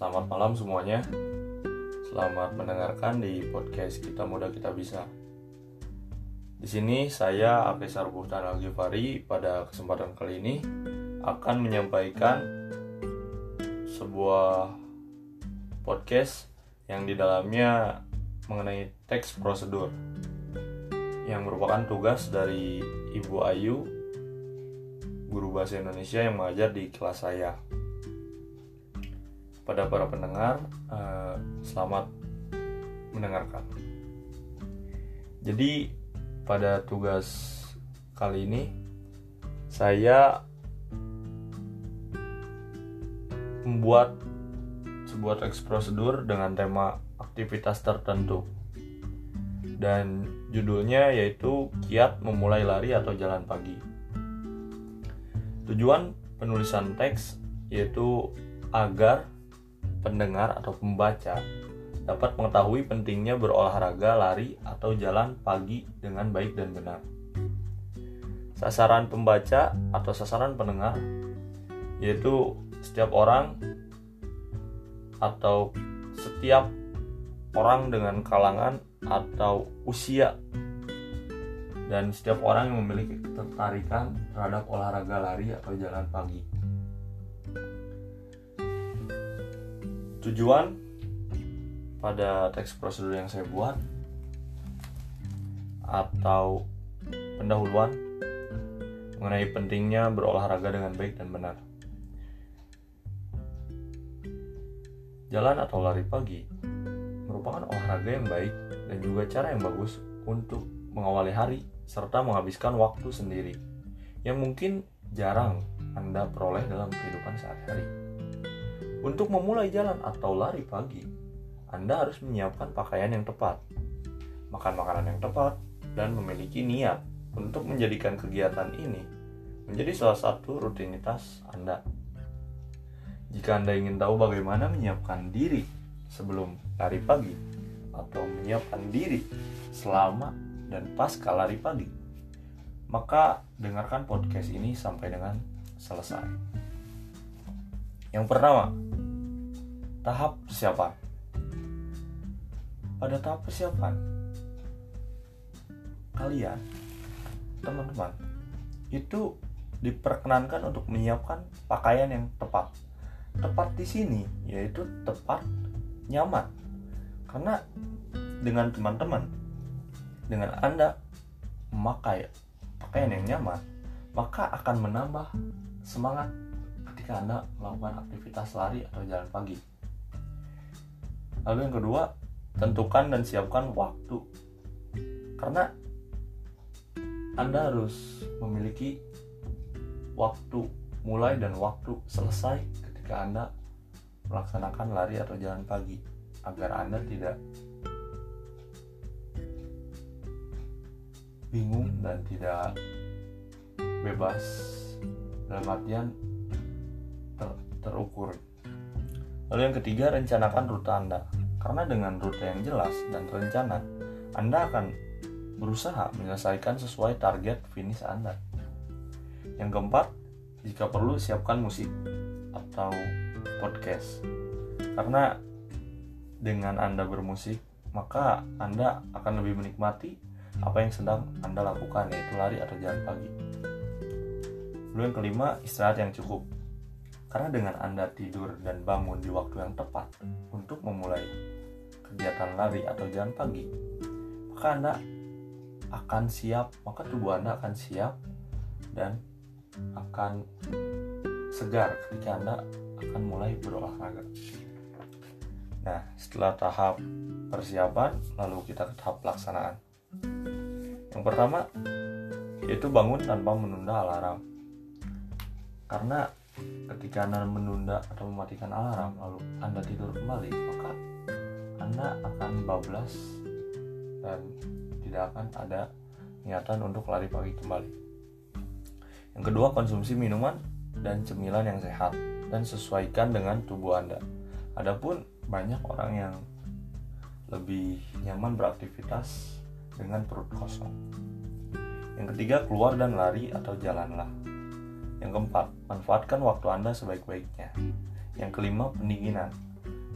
Selamat malam semuanya. Selamat mendengarkan di podcast Kita Muda Kita Bisa. Di sini saya Afisar Buhtan Al-Ghifari pada kesempatan kali ini akan menyampaikan sebuah podcast yang di dalamnya mengenai teks prosedur yang merupakan tugas dari Ibu Ayu, guru bahasa Indonesia yang mengajar di kelas saya. Pada para pendengar, selamat mendengarkan. Jadi pada tugas kali ini saya membuat sebuah teks prosedur dengan tema aktivitas tertentu, dan judulnya yaitu kiat memulai lari atau jalan pagi. Tujuan penulisan teks yaitu agar pendengar atau pembaca dapat mengetahui pentingnya berolahraga, lari, atau jalan pagi dengan baik dan benar. Sasaran pembaca atau sasaran pendengar yaitu setiap orang atau setiap orang dengan kalangan atau usia, dan setiap orang yang memiliki ketertarikan terhadap olahraga, lari, atau jalan pagi. Tujuan pada teks prosedur yang saya buat atau pendahuluan mengenai pentingnya berolahraga dengan baik dan benar. Jalan atau lari pagi merupakan olahraga yang baik dan juga cara yang bagus untuk mengawali hari serta menghabiskan waktu sendiri yang mungkin jarang Anda peroleh dalam kehidupan sehari-hari. Untuk memulai jalan atau lari pagi, Anda harus menyiapkan pakaian yang tepat, makan makanan yang tepat, dan memiliki niat untuk menjadikan kegiatan ini menjadi salah satu rutinitas Anda. Jika Anda ingin tahu bagaimana menyiapkan diri sebelum lari pagi atau menyiapkan diri selama dan pasca lari pagi, maka dengarkan podcast ini sampai dengan selesai. Yang pertama, tahap persiapan. Pada tahap persiapan, kalian, teman-teman, itu diperkenankan untuk menyiapkan pakaian yang tepat. Tepat di sini yaitu tepat nyaman. Karena dengan teman-teman, dengan Anda memakai pakaian yang nyaman, maka akan menambah semangat ketika Anda melakukan aktivitas lari atau jalan pagi. Lalu yang kedua, tentukan dan siapkan waktu. Karena Anda harus memiliki waktu mulai dan waktu selesai ketika Anda melaksanakan lari atau jalan pagi, agar Anda tidak bingung dan tidak bebas dalam artian terukur. Lalu yang ketiga, rencanakan rute Anda. Karena dengan rute yang jelas dan terencana, Anda akan berusaha menyelesaikan sesuai target finish Anda. Yang keempat, jika perlu siapkan musik atau podcast. Karena dengan Anda bermusik, maka Anda akan lebih menikmati apa yang sedang Anda lakukan, yaitu lari atau jalan pagi. Lalu yang kelima, istirahat yang cukup. Karena dengan Anda tidur dan bangun di waktu yang tepat untuk memulai kegiatan lari atau jalan pagi, maka Anda akan siap, maka tubuh Anda akan siap dan akan segar ketika Anda akan mulai berolahraga. Nah, setelah tahap persiapan, lalu kita ke tahap pelaksanaan. Yang pertama, yaitu bangun tanpa menunda alarm. Karena ketika Anda menunda atau mematikan alarm lalu Anda tidur kembali, maka Anda akan bablas dan tidak akan ada niatan untuk lari pagi kembali. Yang kedua, konsumsi minuman dan cemilan yang sehat dan sesuaikan dengan tubuh Anda. Adapun banyak orang yang lebih nyaman beraktivitas dengan perut kosong. Yang ketiga, keluar dan lari atau jalanlah. Yang keempat, manfaatkan waktu Anda sebaik-baiknya. Yang kelima, pendinginan.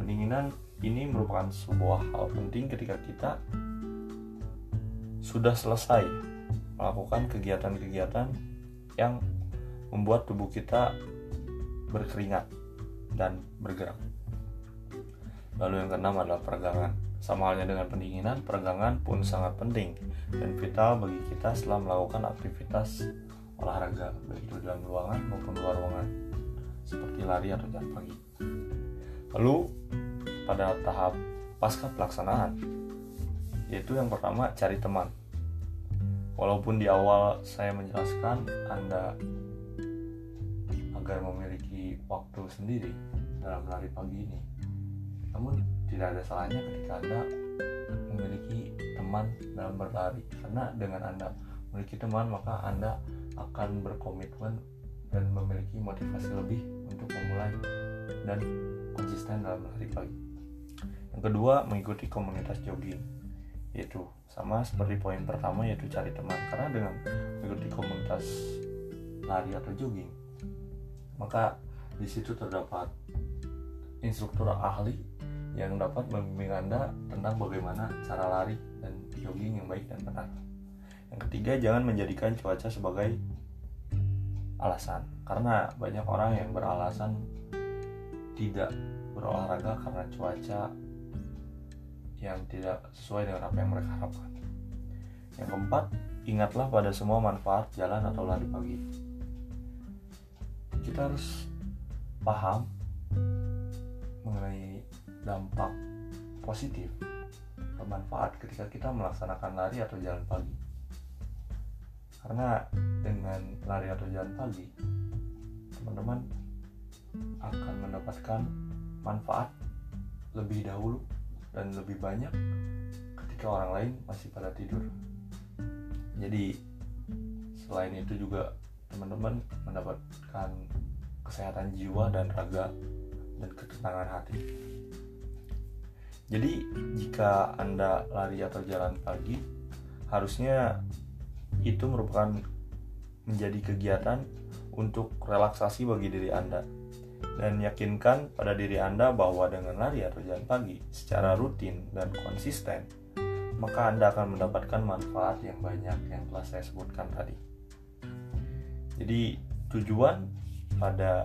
Pendinginan ini merupakan sebuah hal penting ketika kita sudah selesai melakukan kegiatan-kegiatan yang membuat tubuh kita berkeringat dan bergerak. Lalu yang keenam adalah peregangan. Sama halnya dengan pendinginan, peregangan pun sangat penting dan vital bagi kita setelah melakukan aktivitas olahraga, baik itu dalam ruangan maupun luar ruangan, seperti lari atau jalan pagi. Lalu pada tahap pasca pelaksanaan, yaitu yang pertama, cari teman. Walaupun di awal saya menjelaskan Anda agar memiliki waktu sendiri dalam lari pagi ini, namun tidak ada salahnya ketika Anda memiliki teman dalam berlari, karena dengan Anda memiliki teman maka Anda akan berkomitmen dan memiliki motivasi lebih untuk memulai dan konsisten dalam lari pagi. Yang kedua, mengikuti komunitas jogging, yaitu sama seperti poin pertama, yaitu cari teman. Karena dengan mengikuti komunitas lari atau jogging, maka di situ terdapat instruktur ahli yang dapat membimbing Anda tentang bagaimana cara lari dan jogging yang baik dan benar. Yang ketiga, jangan menjadikan cuaca sebagai alasan, karena banyak orang yang beralasan tidak berolahraga karena cuaca yang tidak sesuai dengan apa yang mereka harapkan. Yang keempat, ingatlah pada semua manfaat jalan atau lari pagi. Kita harus paham mengenai dampak positif bermanfaat ketika kita melaksanakan lari atau jalan pagi. Karena dengan lari atau jalan pagi, teman-teman akan mendapatkan manfaat lebih dahulu dan lebih banyak ketika orang lain masih pada tidur. Jadi selain itu juga teman-teman mendapatkan kesehatan jiwa dan raga dan ketenangan hati. Jadi jika Anda lari atau jalan pagi, harusnya itu merupakan menjadi kegiatan untuk relaksasi bagi diri Anda, dan yakinkan pada diri Anda bahwa dengan lari atau jalan pagi secara rutin dan konsisten, maka Anda akan mendapatkan manfaat yang banyak yang telah saya sebutkan tadi. Jadi tujuan pada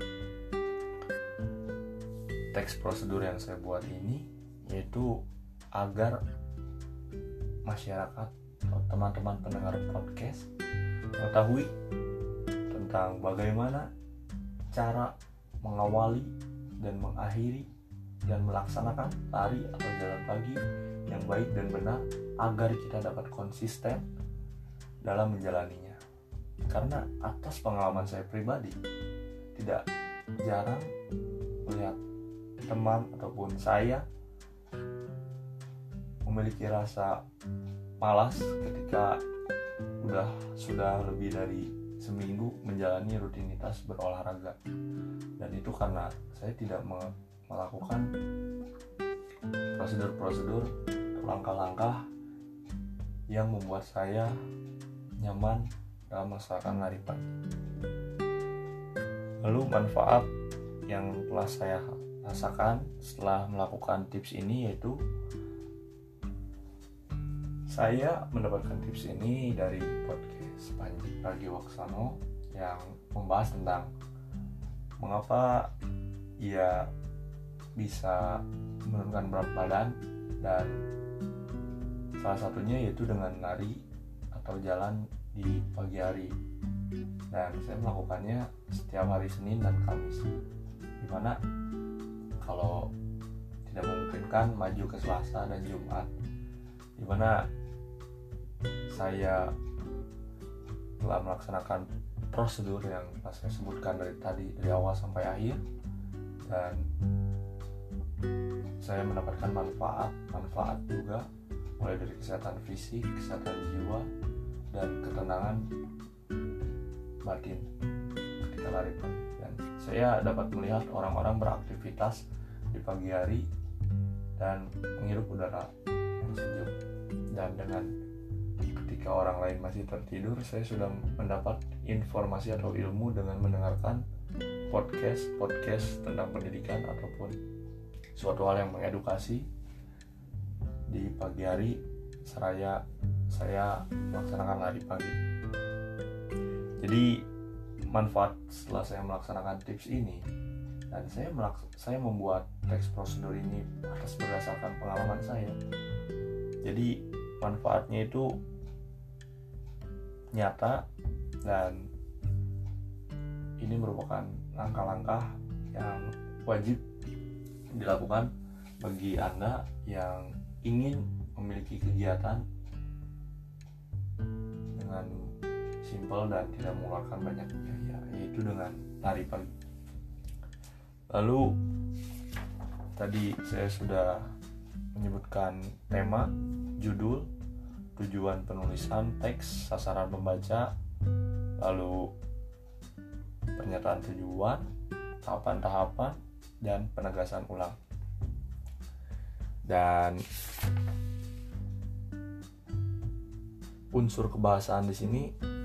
teks prosedur yang saya buat ini yaitu agar masyarakat atau teman-teman pendengar podcast mengetahui tentang bagaimana cara mengawali dan mengakhiri dan melaksanakan lari atau jalan pagi yang baik dan benar agar kita dapat konsisten dalam menjalaninya. Karena atas pengalaman saya pribadi, tidak jarang melihat teman ataupun saya memiliki rasa malas ketika sudah lebih dari seminggu menjalani rutinitas berolahraga, dan itu karena saya tidak melakukan prosedur-prosedur, langkah-langkah yang membuat saya nyaman dalam melaksanakan lari pagi. Lalu manfaat yang telah saya rasakan setelah melakukan tips ini yaitu saya mendapatkan tips ini dari podcast Panji Pragiwaksono yang membahas tentang mengapa ia bisa menurunkan berat badan, dan salah satunya yaitu dengan lari atau jalan di pagi hari. Dan saya melakukannya setiap hari Senin dan Kamis, dimana kalau tidak memungkinkan maju ke Selasa dan Jumat, dimana saya telah melaksanakan prosedur yang saya sebutkan dari awal sampai akhir, dan saya mendapatkan manfaat juga mulai dari kesehatan fisik, kesehatan jiwa, dan ketenangan batin ketika lari pagi. Dan saya dapat melihat orang-orang beraktivitas di pagi hari dan menghirup udara yang sejuk, dan dengan ketika orang lain masih tertidur, saya sudah mendapat informasi atau ilmu dengan mendengarkan podcast tentang pendidikan ataupun suatu hal yang mengedukasi. Di pagi hari seraya saya melaksanakan lari pagi. Jadi manfaat setelah saya melaksanakan tips ini, dan saya membuat teks prosedur ini atas berdasarkan pengalaman saya. Jadi manfaatnya itu nyata, dan ini merupakan langkah-langkah yang wajib dilakukan bagi Anda yang ingin memiliki kegiatan dengan simpel dan tidak mengeluarkan banyak biaya, yaitu dengan lari pagi. Lalu tadi saya sudah menyebutkan tema, judul, tujuan penulisan teks, sasaran pembaca, lalu pernyataan tujuan, tahapan-tahapan, dan penegasan ulang. Dan unsur kebahasaan di sini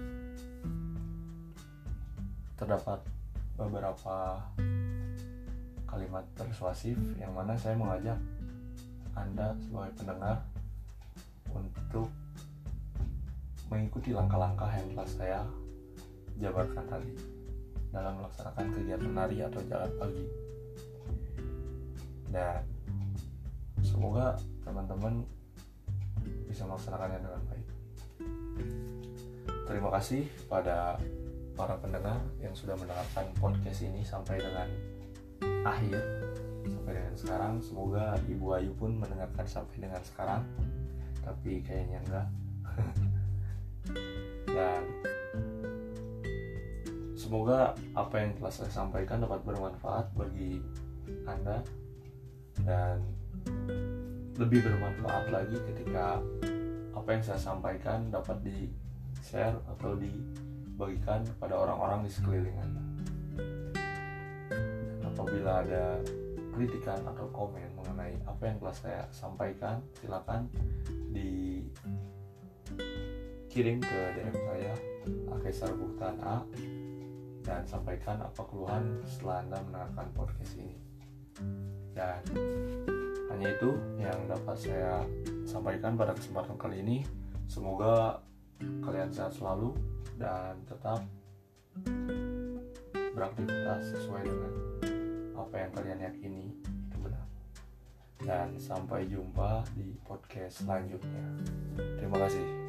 terdapat beberapa kalimat persuasif yang mana saya mengajak Anda sebagai pendengar untuk mengikuti langkah-langkah yang telah saya jabarkan tadi dalam melaksanakan kegiatan lari atau jalan pagi. Dan semoga teman-teman bisa melaksanakannya dengan baik. Terima kasih pada para pendengar yang sudah mendengarkan podcast ini sampai dengan akhir, sampai dengan sekarang. Semoga Ibu Ayu pun mendengarkan sampai dengan sekarang, tapi kayaknya enggak. Dan semoga apa yang telah saya sampaikan dapat bermanfaat bagi Anda, dan lebih bermanfaat lagi ketika apa yang saya sampaikan dapat di-share atau dibagikan kepada orang-orang di sekeliling Anda. Dan apabila ada kritikan atau komen mengenai apa yang telah saya sampaikan, silakan dikirim ke DM saya, @kaisarbuhtan_a, dan sampaikan apa keluhan setelah Anda mendengarkan podcast ini. Dan hanya itu yang dapat saya sampaikan pada kesempatan kali ini. Semoga kalian sehat selalu dan tetap beraktivitas sesuai dengan apa yang kalian yakini itu benar. Dan sampai jumpa di podcast selanjutnya. Terima kasih.